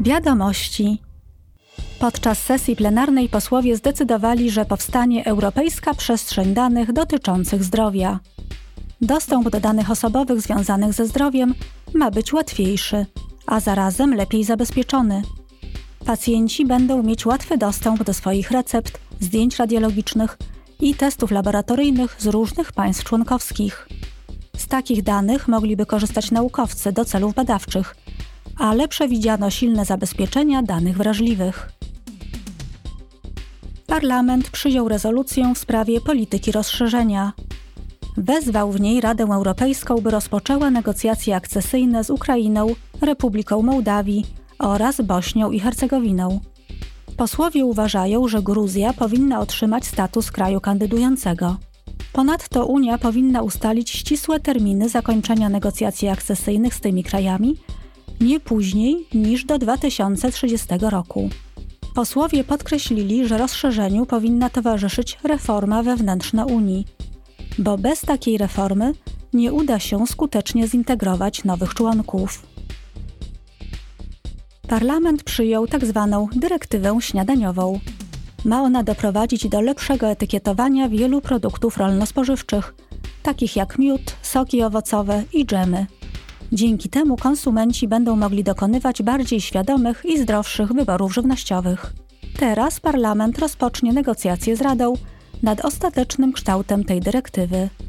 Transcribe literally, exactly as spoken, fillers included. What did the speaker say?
Wiadomości. Podczas sesji plenarnej posłowie zdecydowali, że powstanie Europejska Przestrzeń Danych dotyczących zdrowia. Dostęp do danych osobowych związanych ze zdrowiem ma być łatwiejszy, a zarazem lepiej zabezpieczony. Pacjenci będą mieć łatwy dostęp do swoich recept, zdjęć radiologicznych i testów laboratoryjnych z różnych państw członkowskich. Z takich danych mogliby korzystać naukowcy do celów badawczych, ale przewidziano silne zabezpieczenia danych wrażliwych. Parlament przyjął rezolucję w sprawie polityki rozszerzenia. Wezwał w niej Radę Europejską, by rozpoczęła negocjacje akcesyjne z Ukrainą, Republiką Mołdawii oraz Bośnią i Hercegowiną. Posłowie uważają, że Gruzja powinna otrzymać status kraju kandydującego. Ponadto Unia powinna ustalić ścisłe terminy zakończenia negocjacji akcesyjnych z tymi krajami nie później niż do dwa tysiące trzydziestego roku. Posłowie podkreślili, że rozszerzeniu powinna towarzyszyć reforma wewnętrzna Unii, bo bez takiej reformy nie uda się skutecznie zintegrować nowych członków. Parlament przyjął tzw. dyrektywę śniadaniową. Ma ona doprowadzić do lepszego etykietowania wielu produktów rolno-spożywczych, takich jak miód, soki owocowe i dżemy. Dzięki temu konsumenci będą mogli dokonywać bardziej świadomych i zdrowszych wyborów żywnościowych. Teraz Parlament rozpocznie negocjacje z Radą nad ostatecznym kształtem tej dyrektywy.